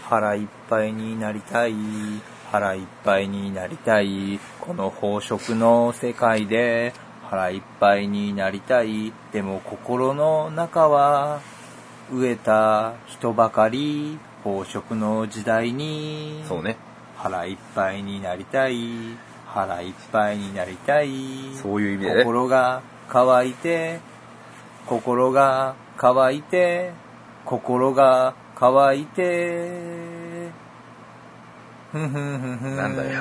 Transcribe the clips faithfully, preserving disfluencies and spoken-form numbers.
腹いっぱいになりたい、腹いっぱいになりたい、この飽食の世界で腹いっぱいになりたい。でも心の中は飢えた人ばかり、飽食の時代に。 そうね。 腹いっぱいになりたい、腹いっぱいになりたい。 そういう意味でね。 心が乾いて、心が乾いて、心が乾いて。ふんふんふんふん。 なんだよ。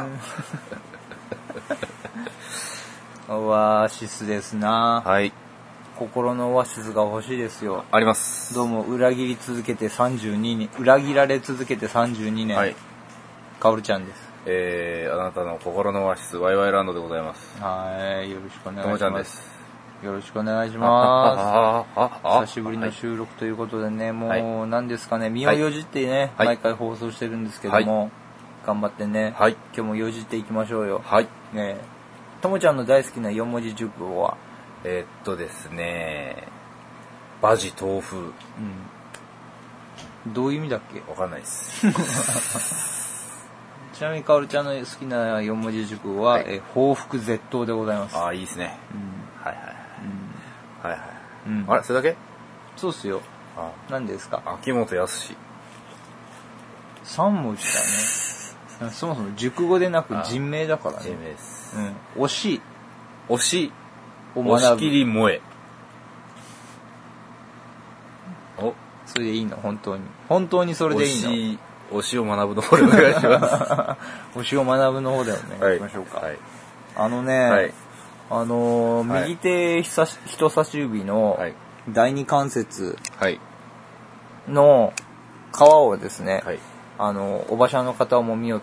オアシスですな。 はい。 心のオアシスが欲しいですよ。 あります。 どうも裏切り続けてさんじゅうにねん、裏切られ続けてさんじゅうにねん。はい。かおるちゃんです。 えー、あなたの心のオアシス、ワイワイランドでございます。 はい、よろしくお願いします。 ともちゃんです。 よろしくお願いします。久しぶりの収録ということでね、もう何ですかね、身をよじってね、はい、毎回放送してるんですけども、はい、頑張ってね、はい、今日もよじっていきましょうよ。はい。ね、ともちゃんの大好きなよん文字熟語はえー、っとですね、バジ豆腐。うん。 どういう意味だっけ？ わかんないです。 ちなみにかおるちゃんの好きなよん文字熟語は、はい、え報復絶倒でございます。 ああ、いいですね。うん。はいはいはい。うん、はいはい。うん、あれそれだけ？ そうっすよ。ああ、何ですか？ 秋元康。 さん文字だね。そもそも熟語でなく人名だからね。 人名です。 うん。惜しい。 惜しい。押し切り萌え。 お、それでいいの？本当に。本当にそれでいいの？ 推し、推しを学ぶの方でお願いします。 推しを学ぶの方でお願いしましょうか。はい、あのね、はい、あのー、右手人差し指の第二関節の皮をですね、はい、あのー、おばしゃんの方をもみよって、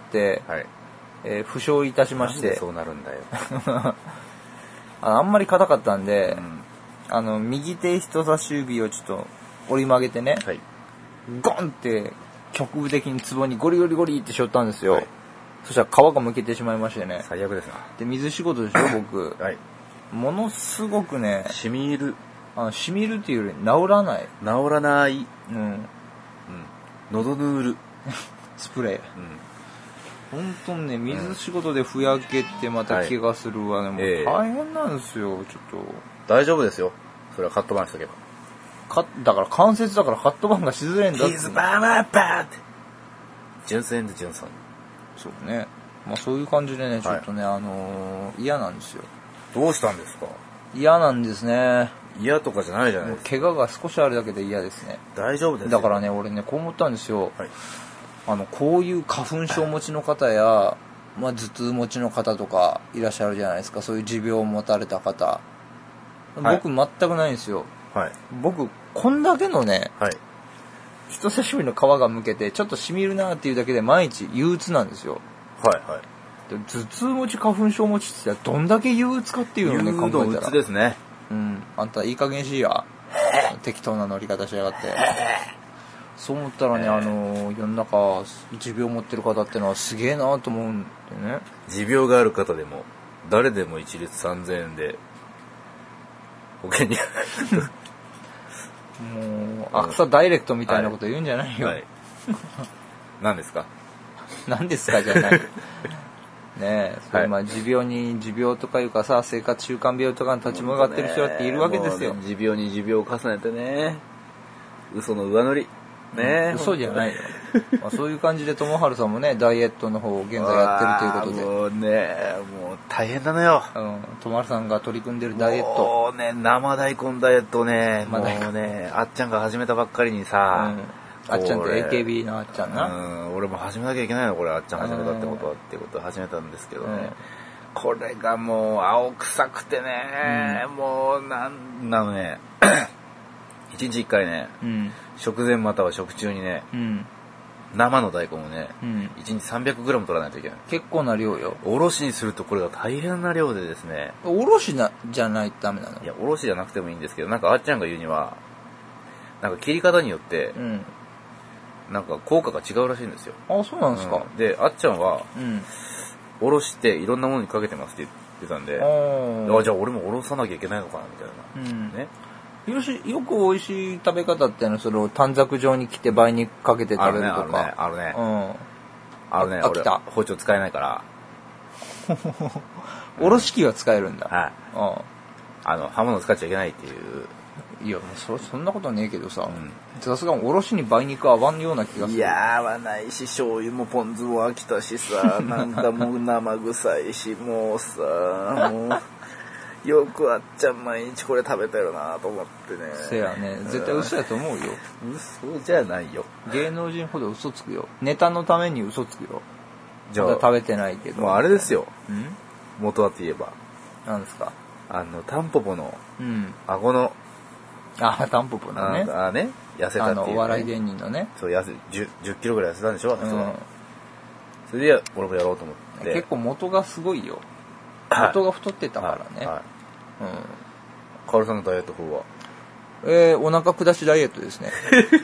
はい、えー、負傷いたしまして。 なんでそうなるんだよ。 あんまり硬かったんで、うん、あの、右手人差し指をちょっと折り曲げてね、はい、ゴンって局部的にツボにゴリゴリゴリってしょったんですよ。はい、そしたら皮がむけてしまいましてね。 最悪ですな。 で、水仕事でしょ、僕。はい。ものすごくね、 染み入る。 あの、染みるっていうより治らない。 治らない。うん。うん。喉ぬーる。 スプレー。うん。ほんとね、水仕事でふやけてまた怪我するわね、もう大変なんですよ、ちょっと。 大丈夫ですよ。それはカットバンしとけば。 か、だから関節だからカットバンがしづらいんだって。 ヒズバーバーバーって。ジュンセンでジュンソン。 そうね。まあそういう感じでね、ちょっとね、はい、あのー、嫌なんですよ。 どうしたんですか？ 嫌なんですね。 嫌とかじゃないじゃないですか。 怪我が少しあるだけで嫌ですね。 大丈夫ですよ。 だからね、俺ね、こう思ったんですよ。はい、あの、こういう花粉症持ちの方や、まあ、頭痛持ちの方とかいらっしゃるじゃないですか。そういう持病を持たれた方。僕、はい、全くないんですよ。はい、僕、こんだけのね、はい、人差し指の皮がむけて、ちょっと染みるなっていうだけで毎日憂鬱なんですよ。はいはい。で頭痛持ち、花粉症持ちって言ったらどんだけ憂鬱かっていうのをね、考えたら。 憂鬱ですね。 うん。あんたいい加減しいや。適当な乗り方しやがって。そう思ったらね、あの、世の中、持病を持ってる方ってのはすげえなと思うんでね。 持病がある方でも、誰でも一律さんぜんえんで、保険に。 もう、アクサダイレクトみたいなこと言うんじゃないよ。はい。 何ですか？ 何ですかじゃない。ねえ、それまあ持病に持病とかいうかさ、生活習慣病とかに立ち向かってる人だっているわけですよ。 ね、持病に持病を重ねてね、嘘の上乗り。ねえ、 嘘じゃないよ。まあ、そういう感じで友春さんもね、ダイエットの方を現在やってるということで。 もうね、もう大変なのよ。 うん、友春さんが取り組んでるダイエット。 もうね、生大根ダイエットね、もうね、あっちゃんが始めたばっかりにさ、 うん、あっちゃんって エーケービー のあっちゃんな。 うん、俺も始めなきゃいけないの、これ、あっちゃん始めたってことは、っていうことを始めたんですけどね。うん、これがもう青臭くてね、うん、もうなんなのね、一日一回ね、うん、食前または食中にね、うん、生の大根をね、うん、いちにちさんびゃくグラム取らないといけない。 結構な量よ。 おろしにするとこれが大変な量でですね。 おろしなじゃないとダメなの？ いや、おろしじゃなくてもいいんですけど、なんかあっちゃんが言うには、なんか切り方によって、うん、なんか効果が違うらしいんですよ。 あ、そうなんですか。 うん、で、あっちゃんは、うん、おろしていろんなものにかけてますって言ってたんで、あ、じゃあ俺もおろさなきゃいけないのかなみたいな。うん、ね。 よし、よく美味しい食べ方っていうのは、それを短冊状に切って梅肉かけて食べるとか。 あるね、あるね。あるね。 うん。 あるね、俺、包丁使えないから。 おろし器は使えるんだ。 はい。 ああの、刃物使っちゃいけないっていう。 いや、もうそ、そんなことねえけどさ。さすがにおろしに梅肉合わんような気がする。 いや、合わないし、醤油もポン酢も飽きたしさ、なんかもう生臭いし、もうさ、もう。よくあっちゃん毎日これ食べてるなと思ってね。 せやね。絶対嘘やと思うよ。 嘘じゃないよ。 芸能人ほど嘘つくよ。ネタのために嘘つくよ。じゃあ食べてないけど。 もうあれですよ。 ん元はといえば。 なんですか？ あの、タンポポの、 うん。 顎の、 あ、タンポポのね。 ああね、痩せたっていう、ね。あの、 お笑い芸人のね。 そう、痩せ、10、10キロぐらい痩せたんでしょ、うん、それで、俺もやろうと思って。 結構元がすごいよ。元が太ってたからね。はいはいうん。カオルさんのダイエット法はえー、お腹下しダイエットですね。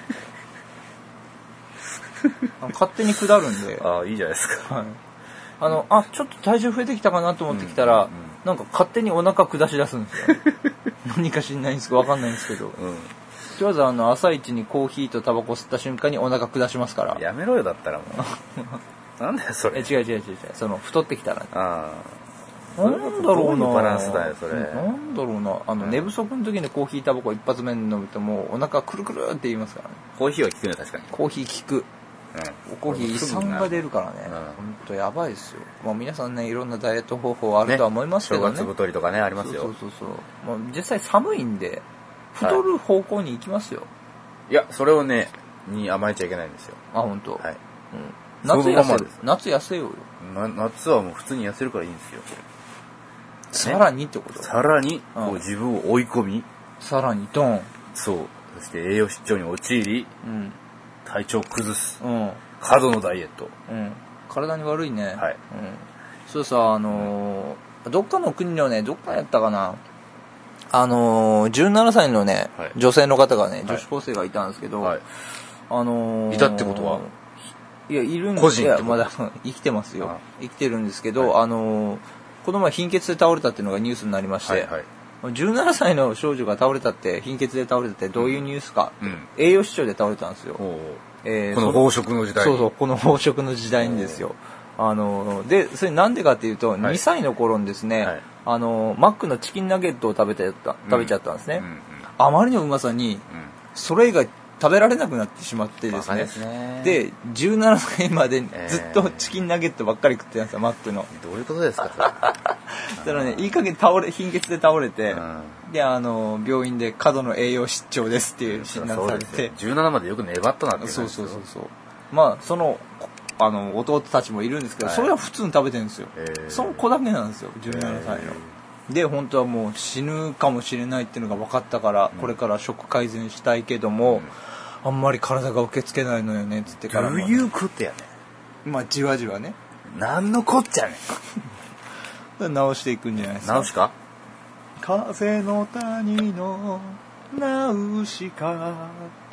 勝手に下るんで。 ああ、いいじゃないですか。 はい。あの、あ、ちょっと体重増えてきたかなと思ってきたら、うんうんうん、なんか勝手にお腹下し出すんですよ。何か知んないんですかわかんないんですけど。うん。とりあえずあの、朝一にコーヒーとタバコ吸った瞬間にお腹下しますから。 やめろよ、だったらもう。なんだよ、それ。 え、違う違う違う違う。その、太ってきたら、ね。 ああ。 なんだろうなバランスだよ、それ。 なんだろうなあの、寝不足の時にコーヒータバコ一発目に飲むともうお腹くるくるって言いますからね。 コーヒーは効くね、確かに。 コーヒー効く。うん、コーヒー胃酸が出るからね。ほんとやばいですよ。まあ皆さんね、いろんなダイエット方法あるとは思いますけどね。 正月太りとかね、ありますよ。 そうそうそうそう。まあ実際寒いんで、太る方向に行きますよ。 はい、いや、それをね、に甘えちゃいけないんですよ。 あ、ほんと。 はい。 うん、夏痩せる。夏痩せようよ。 な夏はもう普通に痩せるからいいんですよ。 さらにってこと？ さらに、こう自分を追い込み。 さらにドン。 そう。そして栄養失調に陥り、うん、体調を崩す。うん。過度のダイエット。 うん。体に悪いね。 はい。うん。 そうさ、あのー、どっかの国のね、どっかやったかな。あのー、じゅうななさいのね、はい、女性の方がね、女子高生がいたんですけど、はい、あのー、 いたってことは？ いや、いるんですよ。まだ生きてますよ。生きてるんですけど、はい、あのー、この前貧血で倒れたっていうのがニュースになりまして、はいはい、じゅうななさいの少女が倒れたって、貧血で倒れたってどういうニュースか、うん、栄養失調で倒れたんですよ。 えー、この飽食の時代に。そうそう、この飽食の時代にですよ。あの、で、それなんでかっていうと、はい、にさいの頃にですね、はい、あの、マックのチキンナゲットを食べてた、食べちゃったんですね。うんうんうん、あまりのうまさに、うん、それ以外食べられなくなってしまってですね。ですねで、じゅうななさいまでずっとチキンナゲットばっかり食ってたんですよ、マックの。 どういうことですか、それ。 そしたらね、いい加減倒れ、貧血で倒れて、で、あの、病院で過度の栄養失調ですっていう診断されて。 じゅうななまでよく粘ったなって。 そうそうそうそう。まあ、その、あの、弟たちもいるんですけど、はい、それは普通に食べてるんですよ。その子だけなんですよ、じゅうななさいの。で、本当はもう死ぬかもしれないっていうのが分かったから、うん、これから食改善したいけども、うん、あんまり体が受け付けないのよね、つってから、 ね。どういうことやねん。まあ、じわじわね。 なんのこっちゃねん。直していくんじゃないですか。 直しか風の谷のナウシカ